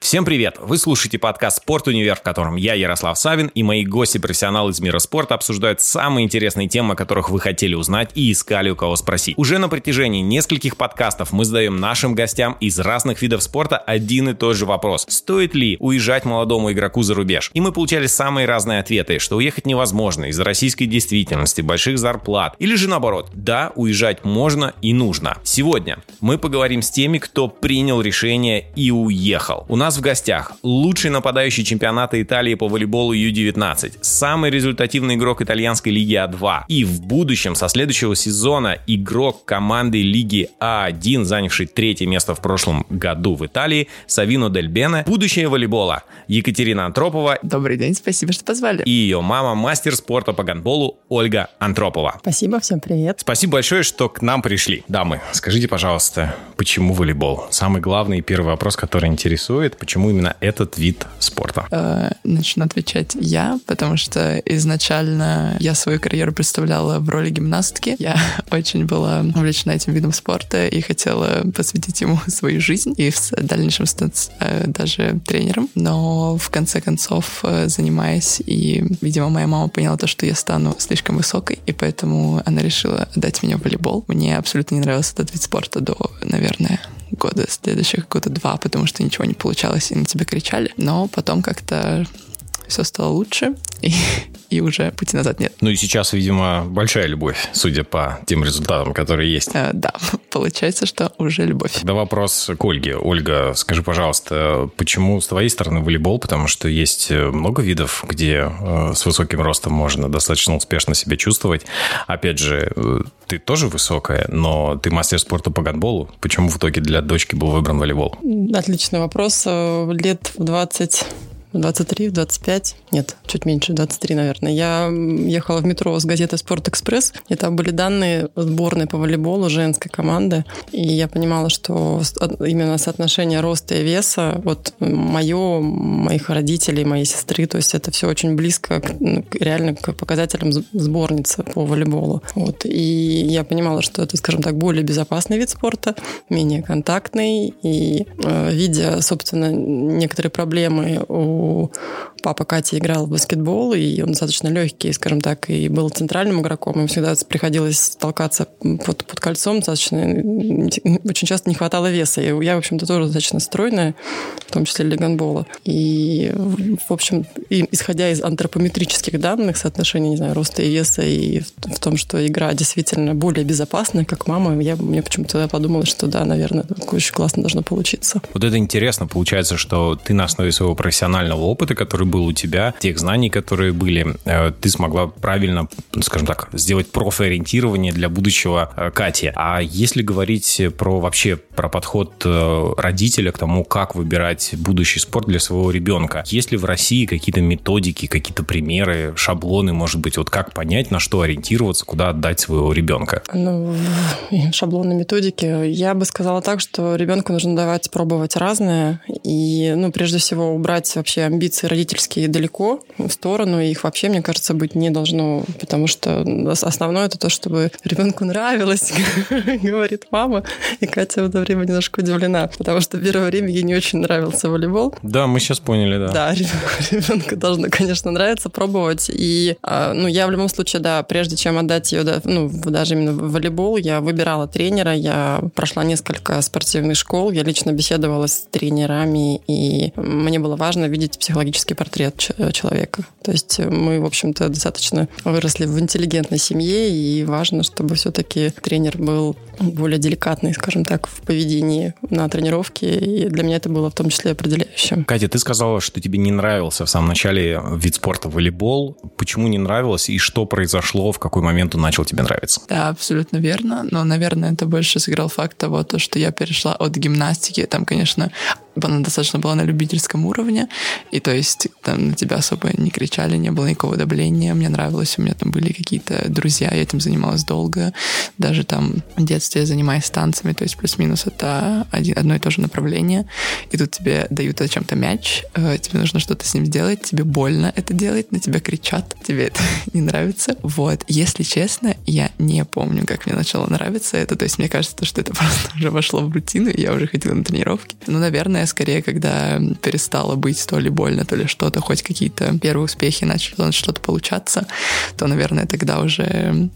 Всем привет! Вы слушаете подкаст «Спорт-универ», в котором я, Ярослав Савин, и мои гости-профессионалы из мира спорта обсуждают самые интересные темы, о которых вы хотели узнать и искали у кого спросить. Уже на протяжении нескольких подкастов мы задаем нашим гостям из разных видов спорта один и тот же вопрос. Стоит ли уезжать молодому игроку за рубеж? И мы получали самые разные ответы, что уехать невозможно из-за российской действительности, больших зарплат. Или же наоборот, да, уезжать можно и нужно. Сегодня мы поговорим с теми, кто принял решение и уехал. У нас в гостях лучший нападающий чемпионата Италии по волейболу Ю-19, самый результативный игрок итальянской лиги А2 и в будущем со следующего сезона игрок команды лиги А1, занявший 3-е место в прошлом году в Италии, Савино Дель Бене, будущее волейбола Екатерина Антропова. Добрый день, спасибо, что позвали. И ее мама, мастер спорта по гандболу Ольга Антропова. Спасибо, всем привет. Спасибо большое, что к нам пришли. Дамы, скажите, пожалуйста, почему волейбол? Самый главный и первый вопрос, который интересует, почему именно этот вид спорта? Начну отвечать я, потому что изначально я свою карьеру представляла в роли гимнастки. Я очень была увлечена этим видом спорта и хотела посвятить ему свою жизнь и в дальнейшем стать даже тренером. Но в конце концов, занимаясь, и, видимо, моя мама поняла то, что я стану слишком высокой, и поэтому она решила отдать меня в волейбол. Мне абсолютно не нравился этот вид спорта до, наверное, следующих года 2, потому что ничего не получалось, и на тебя кричали. Но потом как-то все стало лучше, и уже пути назад нет. Ну и сейчас, видимо, большая любовь, судя по тем результатам, которые есть. Да, получается, что уже любовь. Тогда вопрос к Ольге. Ольга, скажи, пожалуйста, почему с твоей стороны волейбол? Потому что есть много видов, где с высоким ростом можно достаточно успешно себя чувствовать. Опять же, ты тоже высокая, но ты мастер спорта по гандболу. Почему в итоге для дочки был выбран волейбол? Отличный вопрос. Лет в 20... 23, 25, нет, чуть меньше, 23, наверное. Я ехала в метро с газетой «Спорт-экспресс», и там были данные сборной по волейболу женской команды, и я понимала, что именно соотношение роста и веса, вот мое, моих родителей, моей сестры, то есть это все очень близко реально к показателям сборницы по волейболу. Вот. И я понимала, что это, скажем так, более безопасный вид спорта, менее контактный, и видя, собственно, некоторые проблемы у папа Кати играл в баскетбол, и он достаточно легкий, скажем так, и был центральным игроком. Ему всегда приходилось толкаться под кольцом, достаточно, очень часто не хватало веса. И я, в общем-то, тоже достаточно стройная, в том числе для гандбола. И, в общем, исходя из антропометрических данных, соотношения, не знаю, роста и веса, и в том, что игра действительно более безопасная, как мама, мне почему-то подумала, что да, наверное, очень классно должно получиться. Вот это интересно. Получается, что ты на основе своего профессионального опыта, который был у тебя, тех знаний, которые были, ты смогла правильно, скажем так, сделать профориентирование для будущего Кати. А если говорить про подход родителя к тому, как выбирать будущий спорт для своего ребенка, есть ли в России какие-то методики, какие-то примеры, шаблоны, может быть, вот как понять, на что ориентироваться, куда отдать своего ребенка? Шаблоны, методики. Я бы сказала так, что ребенку нужно давать пробовать разное, и, прежде всего, убрать вообще амбиции родительские далеко в сторону, и их вообще, мне кажется, быть не должно, потому что основное это то, чтобы ребенку нравилось, говорит мама, и Катя в это время немножко удивлена, потому что первое время ей не очень нравился волейбол. Да, мы сейчас поняли, да. Да, ребенку должно, конечно, нравиться, пробовать, и я в любом случае, да, прежде чем отдать ее, даже именно в волейбол, я выбирала тренера, я прошла несколько спортивных школ, я лично беседовала с тренерами, и мне было важно видеть психологический портрет человека. То есть мы, в общем-то, достаточно выросли в интеллигентной семье, и важно, чтобы все-таки тренер был более деликатный, скажем так, в поведении на тренировке, и для меня это было в том числе определяющим. Катя, ты сказала, что тебе не нравился в самом начале вид спорта волейбол. Почему не нравилось, и что произошло, в какой момент он начал тебе нравиться? Да, абсолютно верно, но, наверное, это больше сыграл факт того, что я перешла от гимнастики, там, конечно, она достаточно была на любительском уровне, и то есть там на тебя особо не кричали, не было никакого давления, мне нравилось, у меня там были какие-то друзья, я этим занималась долго, даже там в детстве я занимаюсь танцами, то есть плюс-минус это одно и то же направление, и тут тебе дают зачем-то мяч, тебе нужно что-то с ним сделать, тебе больно это делать, на тебя кричат, тебе это не нравится. Вот, если честно, я не помню, как мне начало нравиться это, то есть мне кажется, что это просто уже вошло в рутину, и я уже ходила на тренировки. Наверное, скорее, когда перестало быть то ли больно, то ли что-то, хоть какие-то первые успехи, начало что-то получаться, то, наверное, тогда уже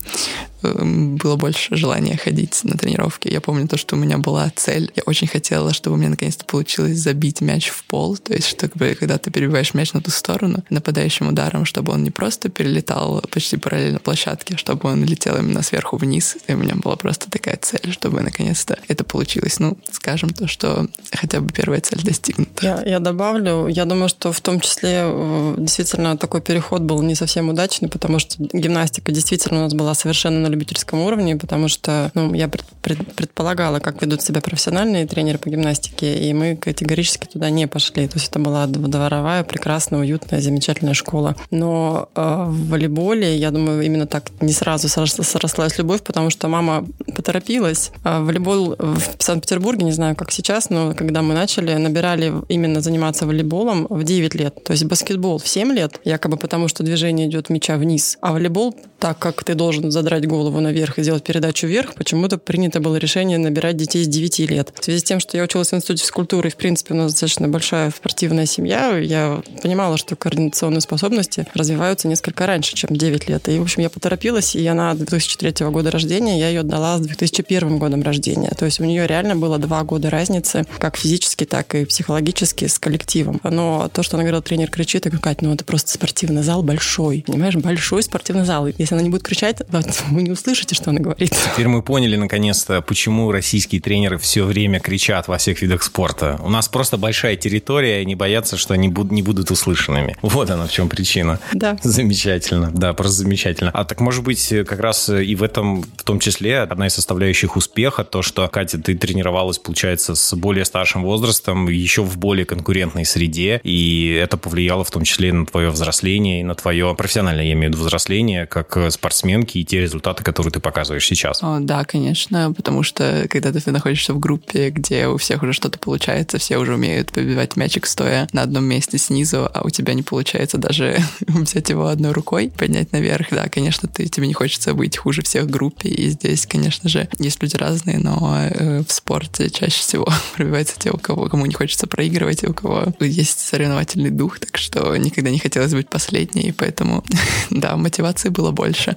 было больше желания ходить на тренировки. Я помню то, что у меня была цель. Я очень хотела, чтобы у меня наконец-то получилось забить мяч в пол. То есть, чтобы когда ты перебиваешь мяч на ту сторону, нападающим ударом, чтобы он не просто перелетал почти параллельно площадке, чтобы он летел именно сверху вниз. И у меня была просто такая цель, чтобы наконец-то это получилось. Ну, скажем то, что хотя бы первая цель достигнута. Я добавлю, я думаю, что в том числе действительно такой переход был не совсем удачный, потому что гимнастика действительно у нас была совершенно на любительском уровне, потому что я предполагала, как ведут себя профессиональные тренеры по гимнастике, и мы категорически туда не пошли. То есть это была дворовая, прекрасная, уютная, замечательная школа. Но в волейболе, я думаю, именно так не сразу срослась любовь, потому что мама поторопилась. Волейбол в Санкт-Петербурге, не знаю, как сейчас, но когда мы начали, набирали именно заниматься волейболом в 9 лет. То есть баскетбол в 7 лет, якобы потому, что движение идет мяча вниз. А волейбол, так как ты должен задрать голову наверх и сделать передачу вверх, почему-то принято было решение набирать детей с 9 лет. В связи с тем, что я училась в институте физкультуры, и, в принципе, у нас достаточно большая спортивная семья, я понимала, что координационные способности развиваются несколько раньше, чем 9 лет. И, в общем, я поторопилась, и она 2003 года рождения, я ее отдала с 2001 годом рождения. То есть у нее реально было 2 года разницы, как физически, так и психологически с коллективом. Но то, что она говорила, тренер кричит, я говорю: Кать, это просто спортивный зал большой. Понимаешь, большой спортивный зал. И если она не будет кричать, вы не услышите, что она говорит. Теперь мы поняли, наконец-то, почему российские тренеры все время кричат во всех видах спорта. У нас просто большая территория, и не боятся, что они не будут услышанными. Вот она в чем причина. Да. Замечательно. Да, просто замечательно. А так, может быть, как раз и в этом, в том числе, одна из составляющих успеха, то, что, Катя, ты тренировалась, получается, с более старшим возрастом, еще в более конкурентной среде, и это повлияло в том числе на твое взросление и на твое профессиональное, я имею в виду, взросление как спортсменки и те результаты, которые ты показываешь сейчас. Да, конечно, потому что когда ты находишься в группе, где у всех уже что-то получается, все уже умеют побивать мячик стоя на одном месте снизу, а у тебя не получается даже взять его одной рукой, поднять наверх, да, конечно, тебе не хочется быть хуже всех в группе, и здесь, конечно же, есть люди разные, но в спорте чаще всего пробиваются те, кому не хочется проигрывать, и у кого есть соревновательный дух, так что никогда не хотелось быть последней, и поэтому, да, мотивации было больше.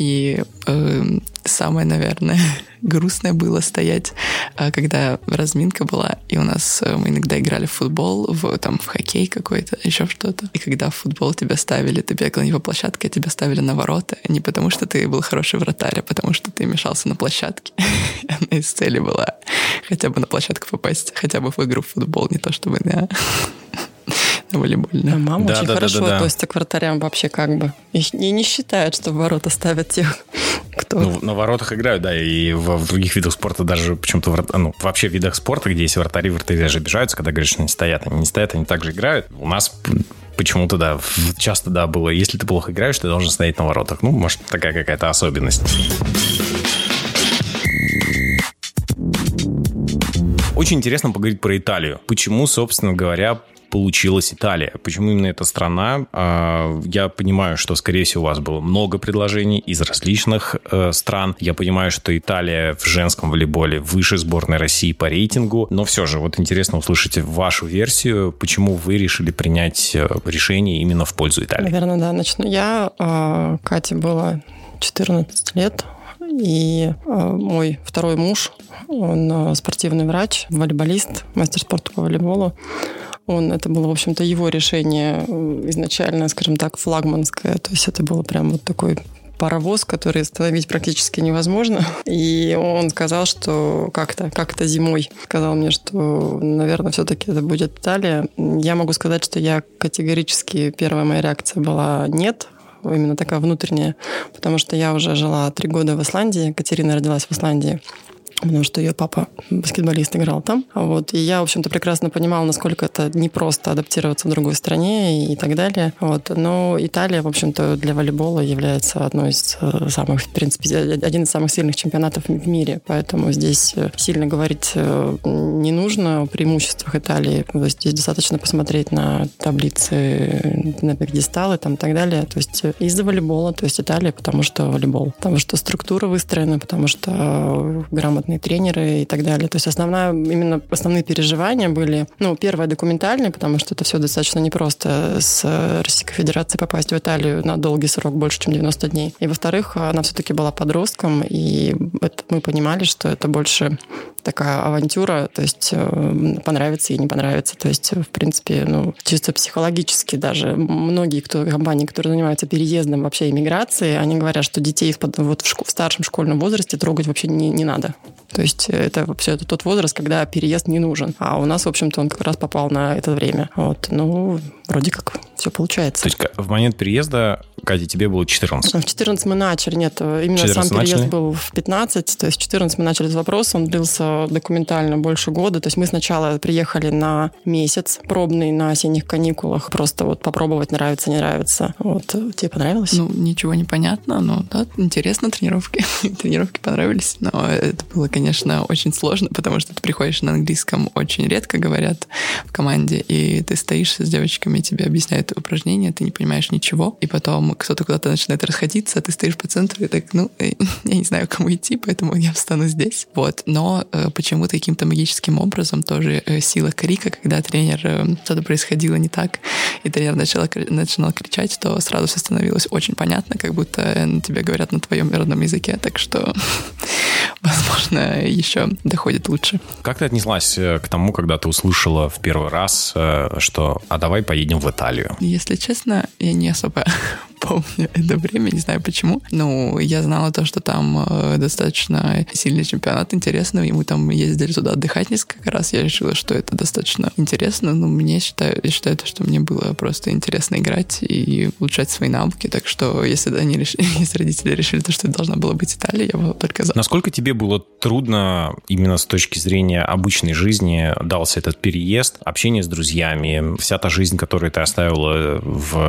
И самое, наверное, грустное было стоять, когда разминка была, и у нас мы иногда играли в футбол, в хоккей какой-то, еще что-то. И когда в футбол тебя ставили, ты бегал не по площадке, а тебя ставили на ворота. Не потому, что ты был хороший вратарь, а потому, что ты мешался на площадке. Одна из целей была хотя бы на площадку попасть, хотя бы в игру в футбол, не то чтобы на волейбольная. Мама очень хорошо относится к вратарям вообще как бы. И не считает, что в ворота ставят тех, кто... На воротах играют, да, и в других видах спорта даже почему-то... вообще в видах спорта, где есть вратари даже обижаются, когда говорят, что они стоят. Они не стоят, они также играют. У нас почему-то, да, часто, да, было, если ты плохо играешь, ты должен стоять на воротах. Может, такая какая-то особенность. Очень интересно поговорить про Италию. Почему, собственно говоря, получилась Италия? Почему именно эта страна? Я понимаю, что, скорее всего, у вас было много предложений из различных стран. Я понимаю, что Италия в женском волейболе выше сборной России по рейтингу. Но все же, интересно услышать вашу версию. Почему вы решили принять решение именно в пользу Италии? Наверное, да. Начну я. Кате было 14 лет. И мой второй муж, он спортивный врач, волейболист, мастер спорта по волейболу. Это было, в общем-то, его решение изначально, скажем так, флагманское. То есть это было прям такой паровоз, который остановить практически невозможно. И он сказал, что как-то зимой сказал мне, что, наверное, все-таки это будет Италия. Я могу сказать, что я категорически, первая моя реакция была «нет». Именно такая внутренняя, потому что я уже жила 3 года в Исландии. Катерина родилась в Исландии, потому что ее папа баскетболист играл там. И я, в общем-то, прекрасно понимала, насколько это непросто адаптироваться в другой стране и так далее. Но Италия, в общем-то, для волейбола является одной из самых, в принципе, один из самых сильных чемпионатов в мире. Поэтому здесь сильно говорить не нужно о преимуществах Италии. Здесь достаточно посмотреть на таблицы, на пьедесталы и так далее. То есть из-за волейбола, то есть Италия, потому что волейбол. Потому что структура выстроена, потому что грамотно грамотные тренеры и так далее. То есть основные переживания были, первое, документальное, потому что это все достаточно непросто с Российской Федерацией попасть в Италию на долгий срок, больше, чем 90 дней. И, во-вторых, она все-таки была подростком, и мы понимали, что это больше такая авантюра, то есть понравится и не понравится. То есть, в принципе, чисто психологически даже многие компании, которые занимаются переездом, вообще иммиграцией, они говорят, что детей в старшем школьном возрасте трогать вообще не надо. То есть это вообще тот возраст, когда переезд не нужен. А у нас, в общем-то, он как раз попал на это время. Вроде как все получается. То есть в момент переезда, Катя, тебе было 14? В 14 мы начали. Нет, именно сам переезд был в 15. То есть в 14 мы начали с вопроса. Он длился документально больше года. То есть мы сначала приехали на месяц пробный на осенних каникулах. Просто попробовать, нравится, не нравится. Тебе понравилось? Ничего не понятно, но да, интересно тренировки. Тренировки понравились. Но это было, конечно, очень сложно, потому что ты приходишь на английском, очень редко говорят в команде, и ты стоишь с девочками, тебе объясняют упражнения, ты не понимаешь ничего, и потом кто-то куда-то начинает расходиться, а ты стоишь по центру и так, я не знаю, кому идти, поэтому я встану здесь. Но почему-то каким-то магическим образом тоже сила крика, когда что-то происходило не так, и тренер начинал кричать, то сразу все становилось очень понятно, как будто тебе говорят на твоем родном языке, так что, возможно, еще доходит лучше. Как ты отнеслась к тому, когда ты услышала в первый раз, что давай поедем в Италию? Если честно, я не особо помню это время, не знаю почему. Я знала то, что там достаточно сильный чемпионат, интересно, и мы там ездили туда отдыхать несколько раз. Я решила, что это достаточно интересно, но я считаю, что мне было просто интересно играть и улучшать свои навыки, так что если родители решили, что это должна была быть Италия, я была только за. Насколько тебе было трудно именно с точки зрения обычной жизни дался этот переезд, общение с друзьями, вся та жизнь, которую ты оставила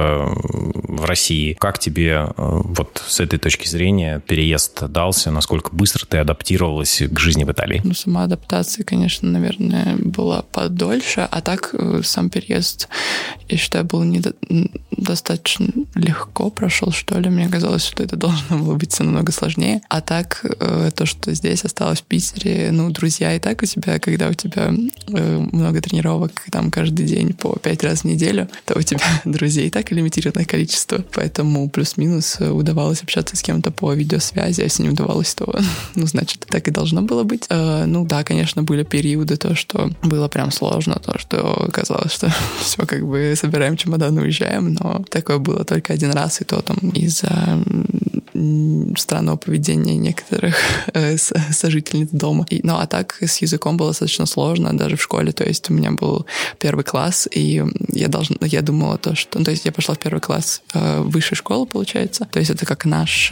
в России? Как тебе с этой точки зрения переезд дался? Насколько быстро ты адаптировалась к жизни в Италии? Сама адаптация, конечно, наверное, была подольше, а так сам переезд, я считаю, был достаточно легко прошел, что ли. Мне казалось, что это должно было быть намного сложнее. А так, то, что здесь осталось в Питере, друзья и так у тебя, когда у тебя много тренировок, там каждый день по 5 раз в неделю, то у тебя друзей и так лимитированное количество. Поэтому плюс-минус удавалось общаться с кем-то по видеосвязи, а если не удавалось, то, значит, так и должно было быть. Да, конечно, были периоды, то, что было прям сложно, то, что казалось, что все, собираем чемодан и уезжаем, но такое было только один раз, и то там из-за странного поведения некоторых сожительниц дома. А так с языком было достаточно сложно, даже в школе. То есть у меня был первый класс, и я думала то, что... То есть я пошла в первый класс высшей школы, получается. То есть это как наш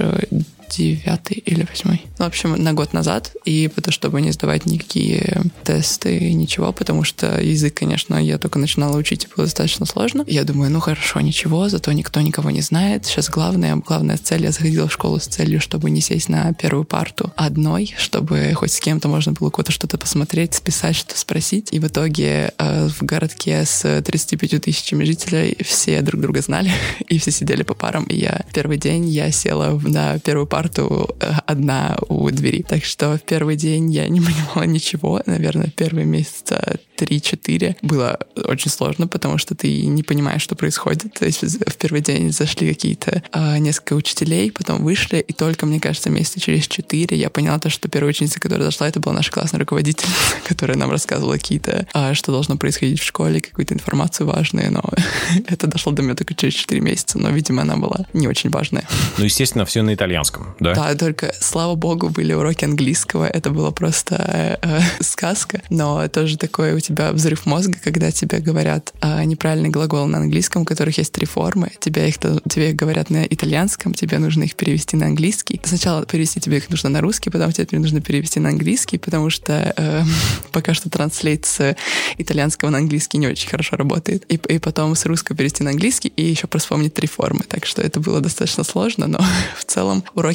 9 или 8. В общем, на год назад, и чтобы не сдавать никакие тесты, ничего, потому что язык, конечно, я только начинала учить, и было достаточно сложно. Я думаю, хорошо, ничего, зато никто никого не знает. Сейчас главная цель, я заходила в школу с целью, чтобы не сесть на первую парту одной, чтобы хоть с кем-то можно было куда-то что-то посмотреть, списать, что спросить. И в итоге в городке с 35 тысячами жителей все друг друга знали, и все сидели по парам. И первый день я села на первую парту одна у двери. Так что в первый день я не понимала ничего. Наверное, первые месяца 3-4 было очень сложно, потому что ты не понимаешь, что происходит. То есть в первый день зашли какие-то несколько учителей, потом вышли, и только, мне кажется, месяца через 4 я поняла то, что первая ученица, которая зашла, это была наша классная руководитель, которая нам рассказывала какие-то, что должно происходить в школе, какую-то информацию важную, но это дошло до меня только через 4 месяца, но, видимо, она была не очень важная. Естественно, все на итальянском, да? Да, только, слава богу, были уроки английского, это было просто сказка, но тоже такой у тебя взрыв мозга, когда тебе говорят неправильный глагол на английском, у которых есть 3 формы, тебе их говорят на итальянском, тебе нужно их перевести на английский. Сначала перевести тебе их нужно на русский, потом тебе нужно перевести на английский, потому что пока что транслейт с итальянского на английский не очень хорошо работает. И потом с русского перевести на английский и еще просто вспомнить 3 формы. Так что это было достаточно сложно, но в целом уроки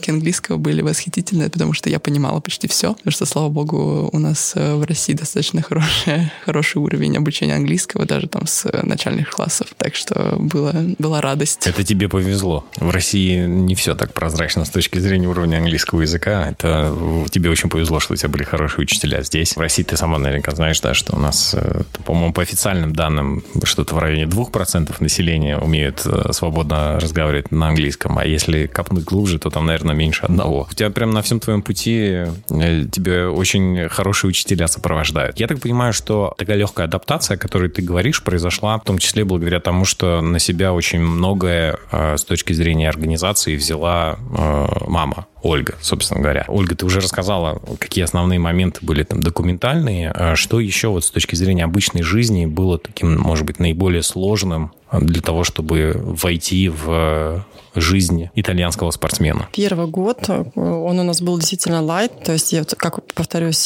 уроки английского были восхитительные, потому что я понимала почти все. Потому что, слава богу, у нас в России достаточно хороший уровень обучения английского, даже там с начальных классов. Так что была радость. Это тебе повезло. В России не все так прозрачно с точки зрения уровня английского языка. Это тебе очень повезло, что у тебя были хорошие учителя здесь. В России ты сама наверняка знаешь, да, что у нас, по-моему, по официальным данным, что-то в районе 2% населения умеют свободно разговаривать на английском. А если копнуть глубже, то там, наверное, меньше 1%. У тебя прям на всем твоем пути тебе очень хорошие учителя сопровождают. Я так понимаю, что такая легкая адаптация, о которой ты говоришь, произошла в том числе благодаря тому, что на себя очень многое с точки зрения организации взяла мама. Ольга, собственно говоря. Ольга, ты уже рассказала, какие основные моменты были там документальные. Что еще вот с точки зрения обычной жизни было таким, может быть, наиболее сложным для того, чтобы войти в жизнь итальянского спортсмена? Первый год, он у нас был действительно лайт, то есть, как повторюсь,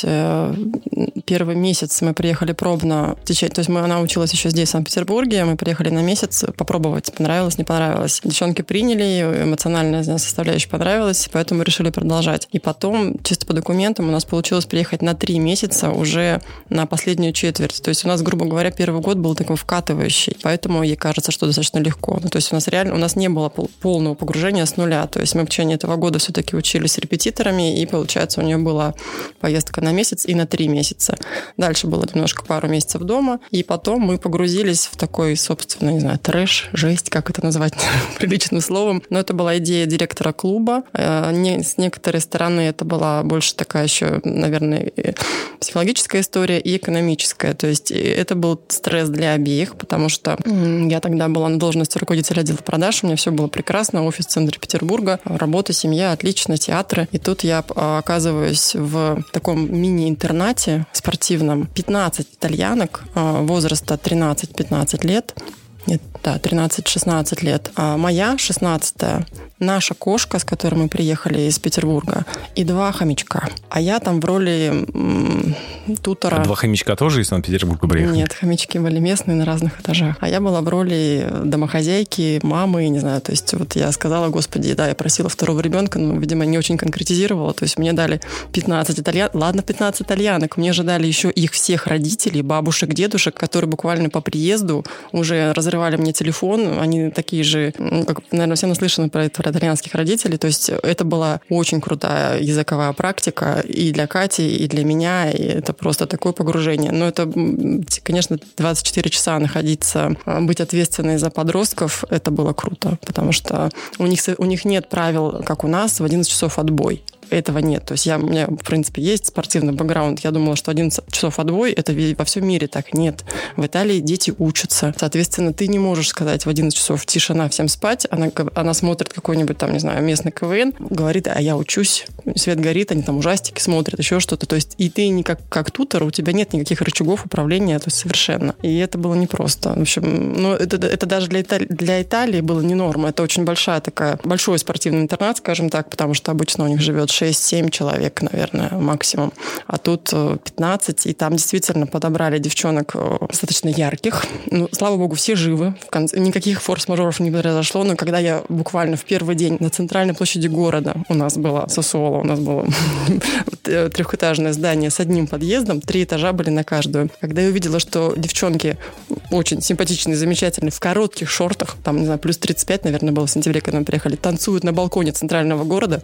первый месяц мы приехали пробно, то есть она училась еще здесь, в Санкт-Петербурге, мы приехали на месяц попробовать, понравилось, не понравилось. Девчонки приняли, эмоциональная составляющая понравилась, поэтому решили продолжать. И потом, чисто по документам, у нас получилось приехать на 3 месяца уже на последнюю четверть. То есть у нас, грубо говоря, первый год был такой вкатывающий, поэтому ей кажется, что достаточно легко. То есть у нас не было полного погружения с нуля. То есть мы в течение этого года все-таки учились репетиторами, и, получается, у нее была поездка на месяц и на 3 месяца. Дальше было немножко пару месяцев дома, и потом мы погрузились в такой, собственно, не знаю, трэш, жесть, как это назвать приличным словом. Но это была идея директора клуба. С некоторой стороны это была больше такая еще, наверное, психологическая история и экономическая. То есть это был стресс для обеих, потому что я тогда была на должности руководителя отдела продаж, у меня все было прекрасно, офис в центре Петербурга, работа, семья, отлично, театры. И тут я оказываюсь в таком мини-интернате спортивном. 15 итальянок возраста 13-15 лет. Нет, да, 13-16 лет. А моя 16-я, наша кошка, с которой мы приехали из Петербурга, и 2 хомячка. А я там в роли тутора. 2 хомячка тоже из Санкт-Петербурга приехали? Нет, хомячки были местные на разных этажах. А я была в роли домохозяйки, мамы, не знаю. То есть вот я сказала, господи, да, я просила 2-го ребенка, но, видимо, не очень конкретизировала. То есть мне дали 15 итальянок. Ладно, 15 итальянок. Мне же дали еще их всех родителей, бабушек, дедушек, которые буквально по приезду уже разрывали мне телефон. Они такие же, как, наверное, все наслышаны про итальянских родителей. То есть это была очень крутая языковая практика и для Кати, и для меня. И это просто такое погружение. Но это, конечно, 24 часа находиться, быть ответственной за подростков, это было круто. Потому что у них нет правил, как у нас, в 11 часов отбой. Этого нет. То есть у меня, в принципе, есть спортивный бэкграунд. Я думала, что 11 часов отбой, это во всем мире так. Нет. В Италии дети учатся. Соответственно, ты не можешь сказать в 11 часов тишина, всем спать. Она смотрит какой-нибудь там, не знаю, местный КВН, говорит, а я учусь, свет горит, они там ужастики смотрят, еще что-то. То есть и ты не как тутор, у тебя нет никаких рычагов управления, то есть совершенно. И это было непросто. В общем, ну, это даже для Италии было не норма. Это очень большой спортивный интернат, скажем так, потому что обычно у них живет 6-7 человек, наверное, максимум. А тут 15, и там действительно подобрали девчонок достаточно ярких. Ну, слава богу, все живы. Никаких форс-мажоров не произошло, но когда я буквально в первый день на центральной площади города, у нас была Сассуоло, у нас было 3-этажное здание с одним подъездом, 3 этажа были на каждую. Когда я увидела, что девчонки очень симпатичные, замечательные, в коротких шортах, там, не знаю, плюс 35, наверное, было в сентябре, когда мы приехали, танцуют на балконе центрального города,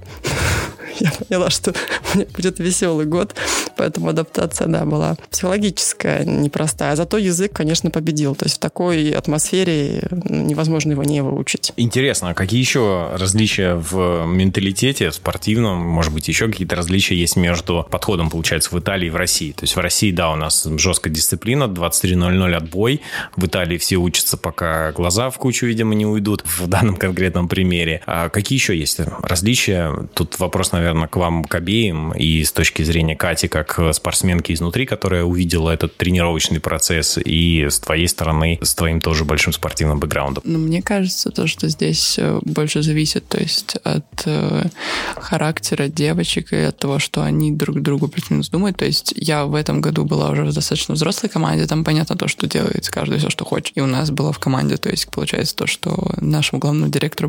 я поняла, что у меня будет веселый год, поэтому адаптация, да, была психологическая, непростая. Зато язык, конечно, победил. То есть в такой атмосфере невозможно его не выучить. Интересно, а какие еще различия в менталитете спортивном, может быть, еще какие-то различия есть между подходом, получается, в Италии и в России? То есть в России, да, у нас жесткая дисциплина, 23:00 отбой. В Италии все учатся, пока глаза в кучу, видимо, не уйдут в данном конкретном примере. А какие еще есть различия? Тут вопрос, вопрос, наверное, к вам, к обеим, и с точки зрения Кати, как спортсменки изнутри, которая увидела этот тренировочный процесс, и с твоей стороны, с твоим тоже большим спортивным бэкграундом. Мне кажется, то, что здесь больше зависит, то есть от характера девочек и от того, что они друг другу плюс-минус думают. То есть я в этом году была уже в достаточно взрослой команде, там понятно то, что делает каждый все, что хочет. И у нас было в команде, то есть получается то, что нашему главному директору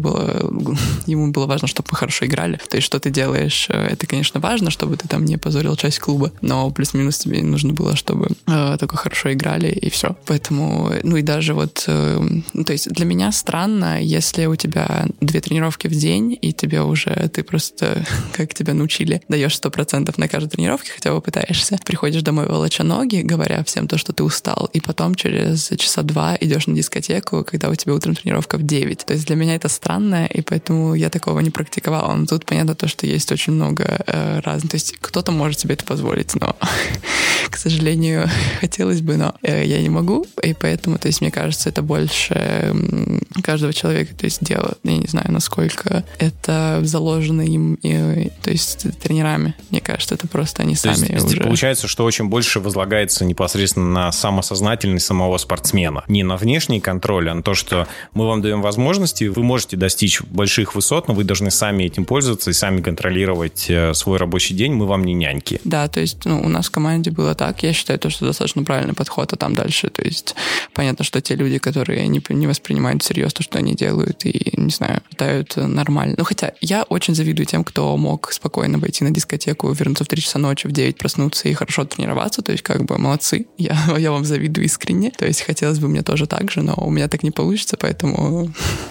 ему было важно, чтобы мы хорошо играли. То есть что ты делаешь, это, конечно, важно, чтобы ты там не позорил часть клуба, но плюс-минус тебе нужно было, чтобы только хорошо играли, и все. Поэтому, и даже то есть для меня странно, если у тебя 2 тренировки в день, и ты просто, как тебя научили, даешь 100% на каждой тренировке, хотя бы пытаешься. Приходишь домой, волоча ноги, говоря всем то, что ты устал, и потом через часа 2 идешь на дискотеку, когда у тебя утром тренировка в 9. То есть для меня это странно, и поэтому я такого не практиковала. Но тут понятно то, что есть очень много разных. То есть кто-то может себе это позволить, но, к сожалению, хотелось бы, но я не могу, и поэтому, то есть мне кажется, это больше каждого человека, то есть дело. Я не знаю, насколько это заложено им, то есть тренерами. Мне кажется, это просто они сами то есть, уже... Получается, что очень больше возлагается непосредственно на самосознательность самого спортсмена. Не на внешний контроль, а на то, что мы вам даем возможности, вы можете достичь больших высот, но вы должны сами этим пользоваться и сами контролировать свой рабочий день, мы вам не няньки. Да, то есть у нас в команде было так, я считаю, что достаточно правильный подход, а там дальше, то есть понятно, что те люди, которые не воспринимают всерьез то, что они делают, и, не знаю, считают нормально. Ну, хотя я очень завидую тем, кто мог спокойно пойти на дискотеку, вернуться в 3 часа ночи, в 9 проснуться и хорошо тренироваться, то есть как бы молодцы. Я вам завидую искренне. То есть хотелось бы мне тоже так же, но у меня так не получится, поэтому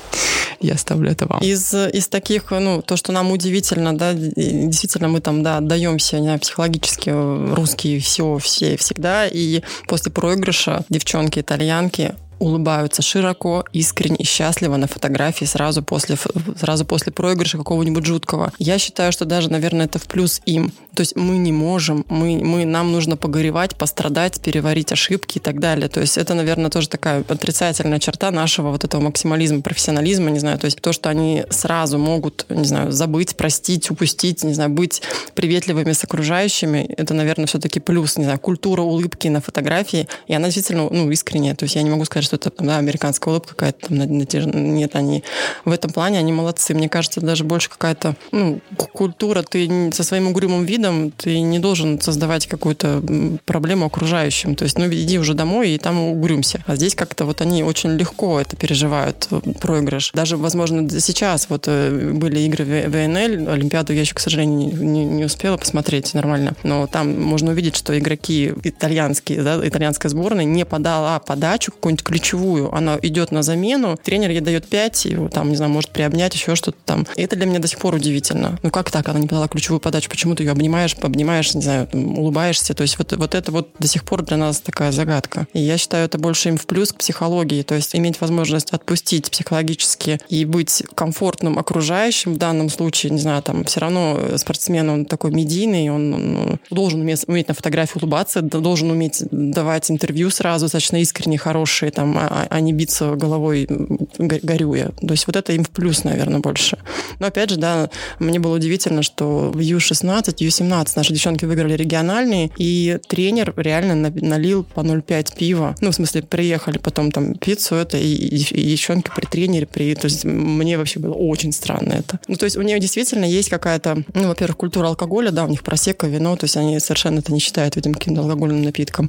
я ставлю это вам. Из таких, то, что нам удивительно, да, действительно мы там, да, отдаемся, не знаю, психологически русские все всегда, и после проигрыша девчонки, итальянки улыбаются широко, искренне и счастливо на фотографии сразу после проигрыша какого-нибудь жуткого. Я считаю, что даже, наверное, это в плюс им. То есть мы не можем, нам нужно погоревать, пострадать, переварить ошибки и так далее. То есть это, наверное, тоже такая отрицательная черта нашего вот этого максимализма, профессионализма, не знаю. То есть то, что они сразу могут, не знаю, забыть, простить, упустить, не знаю, быть приветливыми с окружающими, это, наверное, все-таки плюс, не знаю, культура улыбки на фотографии, и она действительно, искренняя. То есть я не могу сказать, что это американская улыбка какая-то там нет, они в этом плане они молодцы. Мне кажется, даже больше какая-то культура. Ты со своим угрюмым видом ты не должен создавать какую-то проблему окружающим. То есть, иди уже домой и там угрюмся. А здесь как-то они очень легко это переживают, проигрыш. Даже, возможно, сейчас были игры ВНЛ, Олимпиаду я еще, к сожалению, не успела посмотреть нормально, но там можно увидеть, что игроки итальянские, да, итальянская сборная не подала подачу какую-нибудь ключевую, она идет на замену, тренер ей дает 5, его там, не знаю, может приобнять, еще что-то там. И это для меня до сих пор удивительно. Как так? Она не подала ключевую подачу, почему ты ее обнимаешь, не знаю, улыбаешься. То есть вот это до сих пор для нас такая загадка. И я считаю, это больше им в плюс к психологии, то есть иметь возможность отпустить психологически и быть комфортным окружающим в данном случае, не знаю, там все равно спортсмен, он такой медийный, он должен уметь на фотографии улыбаться, должен уметь давать интервью сразу, достаточно искренне, хорошие, там, а не биться головой горюя. То есть вот это им в плюс, наверное, больше. Но опять же, да, мне было удивительно, что в Ю-16, Ю-17 наши девчонки выиграли региональные, и тренер реально налил по 0,5 пива. В смысле, приехали потом там пиццу, и девчонки при тренере, то есть мне вообще было очень странно это. То есть у нее действительно есть какая-то, во-первых, культура алкоголя, да, у них просекко, вино, то есть они совершенно это не считают, видимо, каким-то алкогольным напитком.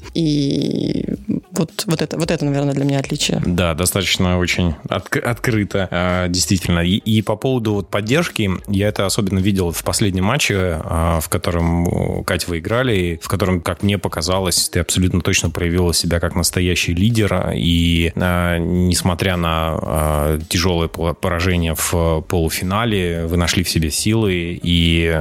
И вот это, наверное, для меня отличие. Да, достаточно очень открыто, действительно. И по поводу поддержки, я это особенно видел в последнем матче, в котором Катя вы играли, в котором, как мне показалось, ты абсолютно точно проявила себя как настоящий лидер, и несмотря на тяжелое поражение в полуфинале, вы нашли в себе силы и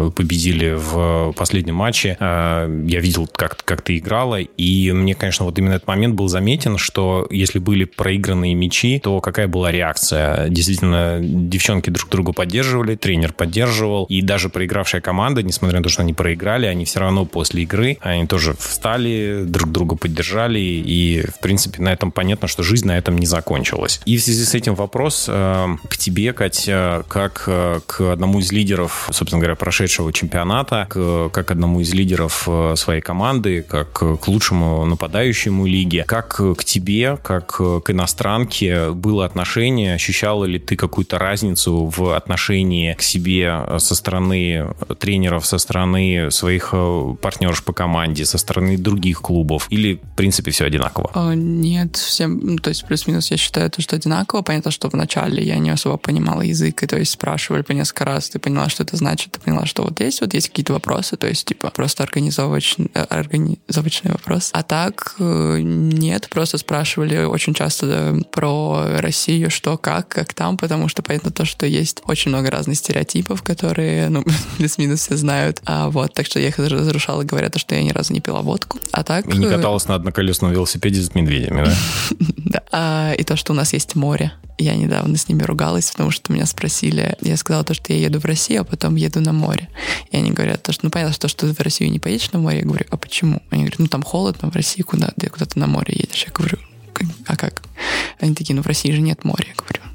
победили в последнем матче. Я видел, как ты играла, и мне, конечно, вот именно на этот момент был заметен, что если были проигранные мячи, то какая была реакция? Действительно, девчонки друг друга поддерживали, тренер поддерживал, и даже проигравшая команда, несмотря на то, что они проиграли, они все равно после игры, они тоже встали, друг друга поддержали, и, в принципе, на этом понятно, что жизнь на этом не закончилась. И в связи с этим вопрос к тебе, Катя, как к одному из лидеров, собственно говоря, прошедшего чемпионата, как одному из лидеров своей команды, как к лучшему нападающему лиги, как к тебе, как к иностранке было отношение, ощущала ли ты какую-то разницу в отношении к себе со стороны тренеров, со стороны своих партнеров по команде, со стороны других клубов, или, в принципе, все одинаково? Нет, всем, то есть плюс-минус я считаю, что одинаково. Понятно, что вначале я не особо понимала язык, и то есть спрашивали по несколько раз, ты поняла, что это значит, ты поняла, что вот есть какие-то вопросы, то есть типа просто организовочный вопрос. А так нет, просто спрашивали очень часто про Россию, что, как там, потому что понятно то, что есть очень много разных стереотипов, которые, плюс-минус все знают. Так что я их разрушала, говоря то, что я ни разу не пила водку. А так... И не каталась на одноколесном велосипеде с медведями, да? Да. И то, что у нас есть море. Я недавно с ними ругалась, потому что меня спросили, я сказала то, что я еду в Россию, а потом еду на море. И они говорят, понятно, что ты в Россию не поедешь на море. Я говорю, а почему? Они говорят, там холодно, в России куда ты на море едешь? Я говорю, а как? Они такие, в России же нет моря. Я говорю,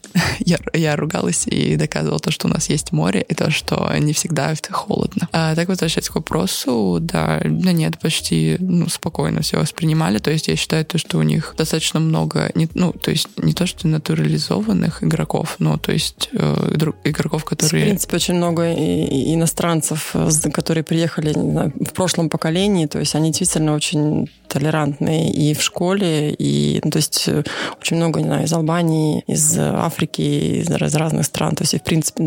я ругалась и доказывала то, что у нас есть море, и то, что не всегда это холодно. А так возвращаясь к вопросу, да нет, почти спокойно все воспринимали. То есть я считаю, то, что у них достаточно много, то есть не то, что натурализованных игроков, но то есть игроков, которые... В принципе, очень много иностранцев, которые приехали, не знаю, в прошлом поколении, то есть они действительно очень толерантные и в школе, и, то есть очень много, не знаю, из Албании, из Африки, из разных стран. То есть, в принципе,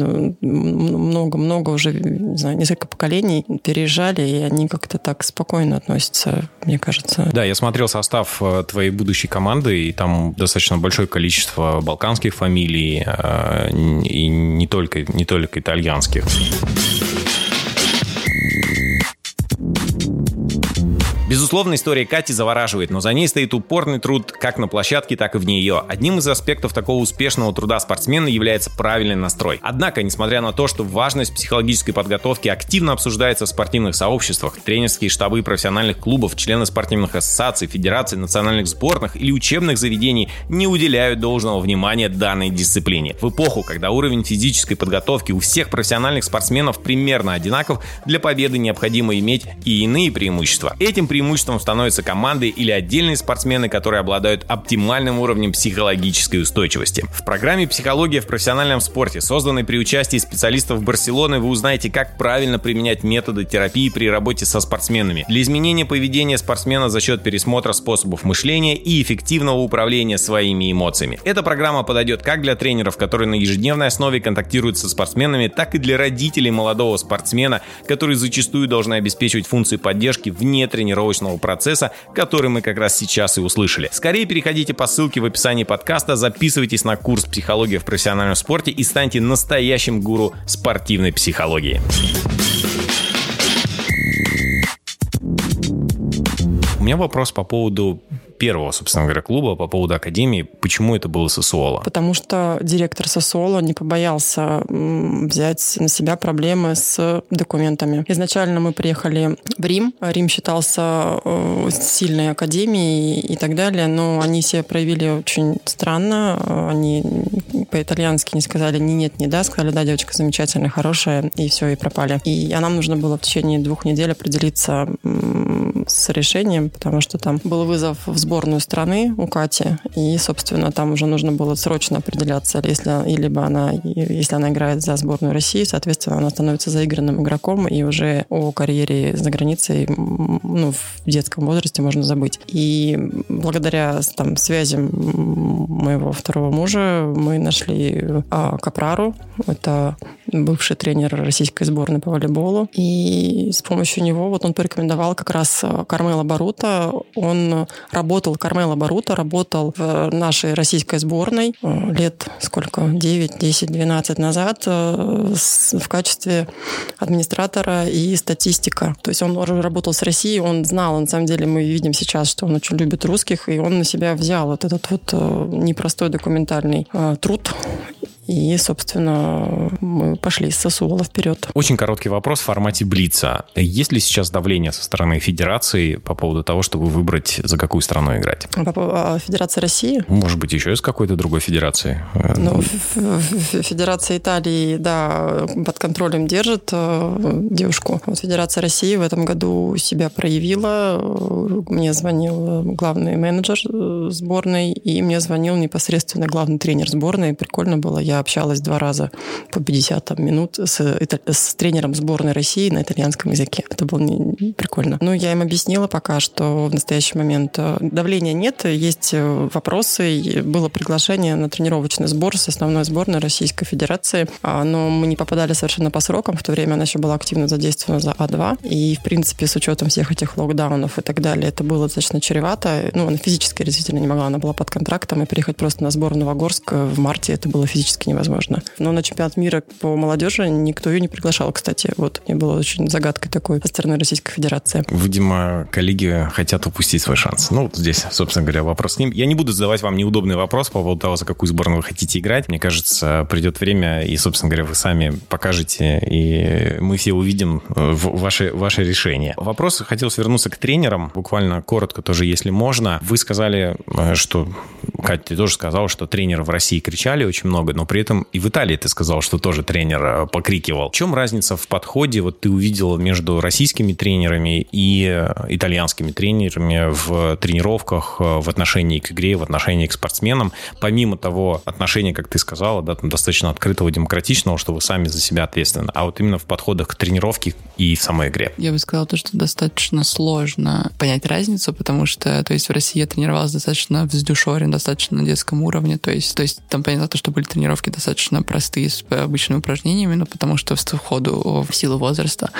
много уже, не знаю, несколько поколений переезжали, и они как-то так спокойно относятся, мне кажется. Да, я смотрел состав твоей будущей команды, и там достаточно большое количество балканских фамилий, и не только итальянских. Безусловно, история Кати завораживает, но за ней стоит упорный труд как на площадке, так и вне ее. Одним из аспектов такого успешного труда спортсмена является правильный настрой. Однако, несмотря на то, что важность психологической подготовки активно обсуждается в спортивных сообществах, тренерские штабы профессиональных клубов, члены спортивных ассоциаций, федераций, национальных сборных или учебных заведений не уделяют должного внимания данной дисциплине. В эпоху, когда уровень физической подготовки у всех профессиональных спортсменов примерно одинаков, для победы необходимо иметь и иные преимущества. Этим преимуществом становятся команды или отдельные спортсмены, которые обладают оптимальным уровнем психологической устойчивости. В программе «Психология в профессиональном спорте», созданной при участии специалистов Барселоны, вы узнаете, как правильно применять методы терапии при работе со спортсменами для изменения поведения спортсмена за счет пересмотра способов мышления и эффективного управления своими эмоциями. Эта программа подойдет как для тренеров, которые на ежедневной основе контактируют со спортсменами, так и для родителей молодого спортсмена, которые зачастую должны обеспечивать функции поддержки вне тренировочного процесса, который мы как раз сейчас и услышали. Скорее переходите по ссылке в описании подкаста, записывайтесь на курс «Психология в профессиональном спорте» и станьте настоящим гуру спортивной психологии. У меня вопрос по поводу первого, собственно говоря, клуба, по поводу академии. Почему это было Сассуоло? Потому что директор Сассуоло не побоялся взять на себя проблемы с документами. Изначально мы приехали в Рим. Рим считался сильной академией и так далее, но они себя проявили очень странно. Они по-итальянски не сказали ни нет, ни да. Сказали, да, девочка замечательная, хорошая, и все, и пропали. А нам нужно было в течение 2 недель определиться с решением, потому что там был вызов в сборную страны у Кати, и, собственно, там уже нужно было срочно определяться, если она играет за сборную России, соответственно, она становится заигранным игроком, и уже о карьере за границей в детском возрасте можно забыть. И благодаря связям моего второго мужа мы нашли Капрару. Это бывший тренер российской сборной по волейболу. И с помощью него вот он порекомендовал как раз Кармела Барута. Он работал в нашей российской сборной лет сколько? 9, 10, 12 назад в качестве администратора и статистика. То есть он уже работал с Россией, он знал, на самом деле мы видим сейчас, что он очень любит русских, и он на себя взял вот этот вот непростой документальный труд. И, собственно, мы пошли с Сосуола вперед. Очень короткий вопрос в формате блица. Есть ли сейчас давление со стороны Федерации по поводу того, чтобы выбрать, за какую страну играть? Федерация России? Может быть, еще из какой-то другой федерации? Ну, Федерация Италии, да, под контролем держит девушку. Вот Федерация России в этом году себя проявила. Мне звонил главный менеджер сборной, и мне звонил непосредственно главный тренер сборной. Прикольно было. Я общалась 2 раза по 50 минут с тренером сборной России на итальянском языке. Это было прикольно. Ну, я им объяснила пока, что в настоящий момент давления нет, есть вопросы. Было приглашение на тренировочный сбор с основной сборной Российской Федерации, но мы не попадали совершенно по срокам. В то время она еще была активно задействована за А2. И, в принципе, с учетом всех этих локдаунов и так далее, это было достаточно чревато. Ну, она физически действительно не могла. Она была под контрактом, и приехать просто на сбор в Новогорск в марте это было физически невозможно. Но на чемпионат мира по молодежи никто ее не приглашал, кстати. Вот, мне было очень загадкой такой со стороны Российской Федерации. Видимо, коллеги хотят упустить свой шанс. Ну, здесь, собственно говоря, вопрос с ним. Я не буду задавать вам неудобный вопрос по поводу того, за какую сборную вы хотите играть. Мне кажется, придет время, и, собственно говоря, вы сами покажете, и мы все увидим ваши решения. Вопрос, хотелось вернуться к тренерам. Буквально коротко тоже, если можно. Вы сказали, что... Катя, ты тоже сказала, что тренеры в России кричали очень много, но при этом и в Италии ты сказал, что тоже тренер покрикивал. В чем разница в подходе, вот ты увидела между российскими тренерами и итальянскими тренерами в тренировках, в отношении к игре, в отношении к спортсменам, помимо того отношения, как ты сказала, да, достаточно открытого, демократичного, что вы сами за себя ответственны, а вот именно в подходах к тренировке и в самой игре? Я бы сказала, что достаточно сложно понять разницу, потому что, то есть, в России я тренировалась достаточно вздюшорен, достаточно на детском уровне, то есть там понятно, что были тренировки достаточно простые с обычными упражнениями, но потому что в ходу в силу возраста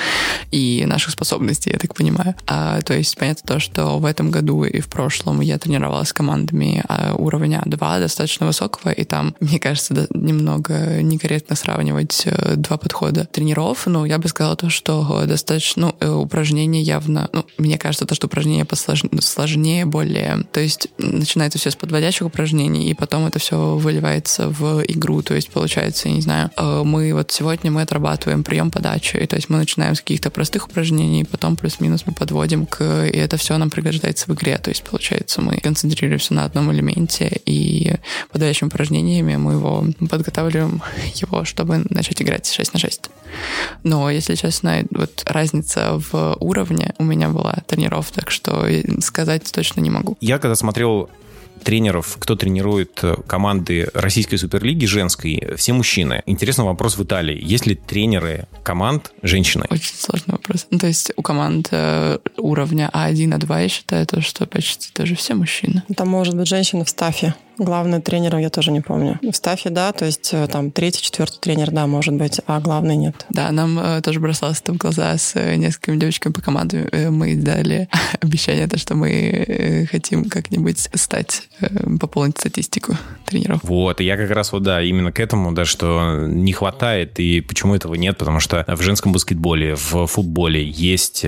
и наших способностей, я так понимаю. То есть понятно то, что в этом году и в прошлом я тренировалась с командами уровня А2 достаточно высокого, и там, мне кажется, немного некорректно сравнивать 2 подхода тренеров, но я бы сказала то, что достаточно упражнения явно, мне кажется, то, что упражнения сложнее, более, то есть начинается все с подводящих упражнений, и потом это все выливается в игру, то есть получается, я не знаю, сегодня мы отрабатываем прием подачи, и то есть мы начинаем с каких-то простых упражнений, потом плюс-минус мы подводим и это все нам пригождается в игре, то есть получается мы концентрируемся на одном элементе, и подводящими упражнениями мы подготавливаем его, чтобы начать играть 6 на 6. Но, если честно, вот разница в уровне у меня была тренеров, так что сказать точно не могу. Я когда смотрел тренеров, кто тренирует команды Российской Суперлиги женской, все мужчины. Интересный вопрос в Италии. Есть ли тренеры команд женщины? Очень сложный вопрос. То есть у команд уровня А1, А2, я считаю, что почти тоже все мужчины. Там может быть женщина в стафе. Главный тренер я тоже не помню. В стафе, да, то есть там 3-й, 4-й тренер, да, может быть, а главный нет. Да, нам тоже бросалось это в глаза с несколькими девочками по команде. Мы дали обещание, что мы хотим как-нибудь пополнить статистику тренеров. Вот, и я как раз именно к этому, да, что не хватает, и почему этого нет, потому что в женском баскетболе, в футболе есть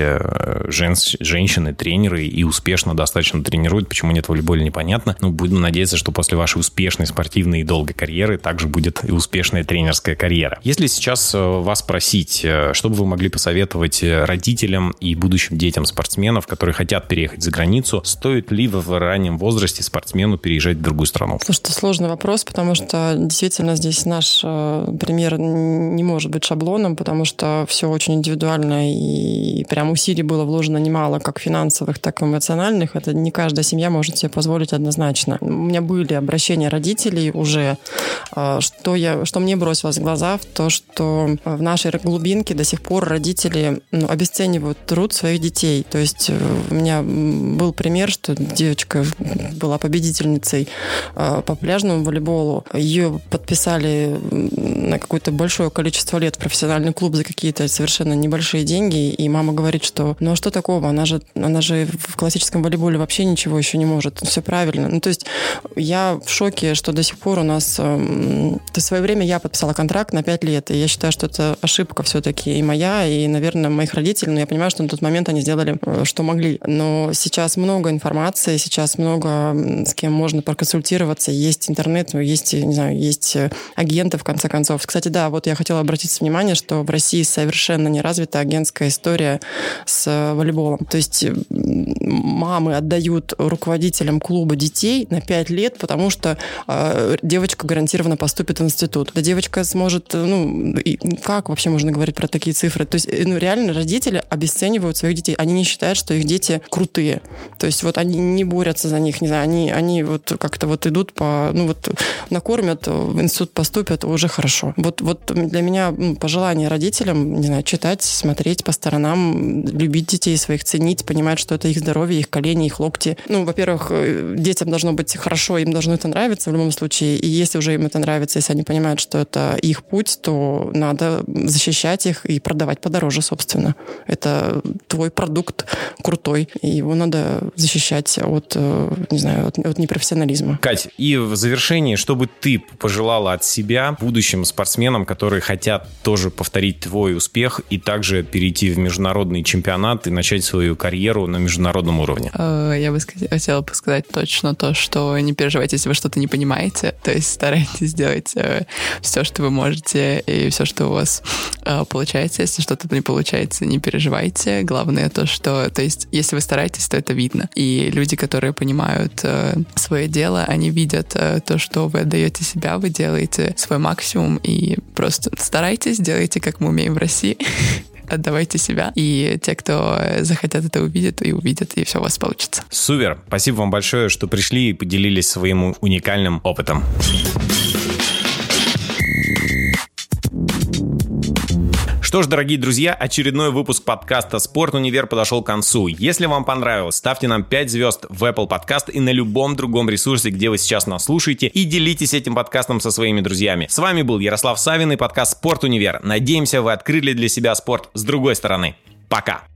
женщины-тренеры и успешно достаточно тренируют, почему нет в волейболе, непонятно, но будем надеяться, что после вашей успешной спортивной и долгой карьеры также будет и успешная тренерская карьера. Если сейчас вас спросить, что бы вы могли посоветовать родителям и будущим детям спортсменов, которые хотят переехать за границу, стоит ли в раннем возрасте спортсмену переезжать в другую страну? Слушайте, сложный вопрос, потому что действительно здесь наш пример не может быть шаблоном, потому что все очень индивидуально, и прям усилий было вложено немало, как финансовых, так и эмоциональных. Это не каждая семья может себе позволить однозначно. У меня были были обращения родителей уже. Что мне бросилось в глаза, в то, что в нашей глубинке до сих пор родители обесценивают труд своих детей. То есть у меня был пример, что девочка была победительницей по пляжному волейболу. Ее подписали на какое-то большое количество лет в профессиональный клуб за какие-то совершенно небольшие деньги. И мама говорит, что а что такого? Она же в классическом волейболе вообще ничего еще не может. Все правильно. То есть я в шоке, что до сих пор у нас... В свое время я подписала контракт на 5 лет, и я считаю, что это ошибка все-таки и моя, и, наверное, моих родителей. Но я понимаю, что на тот момент они сделали, что могли. Но сейчас много информации, сейчас много с кем можно проконсультироваться. Есть интернет, есть, не знаю, есть агенты, в конце концов. Кстати, да, вот я хотела обратить внимание, что в России совершенно не развита агентская история с волейболом. То есть мамы отдают руководителям клуба детей на 5 лет, потому что девочка гарантированно поступит в институт. Да девочка сможет... как вообще можно говорить про такие цифры? То есть реально родители обесценивают своих детей. Они не считают, что их дети крутые. То есть вот они не борются за них, не знаю, они вот как-то вот идут накормят, в институт поступят, уже хорошо. Вот для меня пожелание родителям, не знаю, читать, смотреть по сторонам, любить детей своих, ценить, понимать, что это их здоровье, их колени, их локти. Во-первых, детям должно быть хорошо, им должно это нравиться в любом случае. И если уже им это нравится, если они понимают, что это их путь, то надо защищать их и продавать подороже, собственно. Это твой продукт крутой, и его надо защищать от непрофессионализма. Кать, и в завершении, что бы ты пожелала от себя будущим спортсменам, которые хотят тоже повторить твой успех и также перейти в международный чемпионат и начать свою карьеру на международном уровне? Я бы хотела бы сказать точно то, что не переживайте, если вы что-то не понимаете, то есть старайтесь делать все, что вы можете, и все, что у вас получается. Если что-то не получается, не переживайте. Главное то, что, то есть, если вы стараетесь, то это видно. И люди, которые понимают свое дело, они видят то, что вы отдаете себя, вы делаете свой максимум, и просто старайтесь, делайте, как мы умеем в России. Отдавайте себя, и те, кто захотят это увидят, и все у вас получится. Супер! Спасибо вам большое, что пришли и поделились своим уникальным опытом. Что ж, дорогие друзья, очередной выпуск подкаста «Спорт Универ» подошел к концу. Если вам понравилось, ставьте нам 5 звезд в Apple Podcast и на любом другом ресурсе, где вы сейчас нас слушаете, и делитесь этим подкастом со своими друзьями. С вами был Ярослав Савин и подкаст «Спорт Универ». Надеемся, вы открыли для себя спорт с другой стороны. Пока!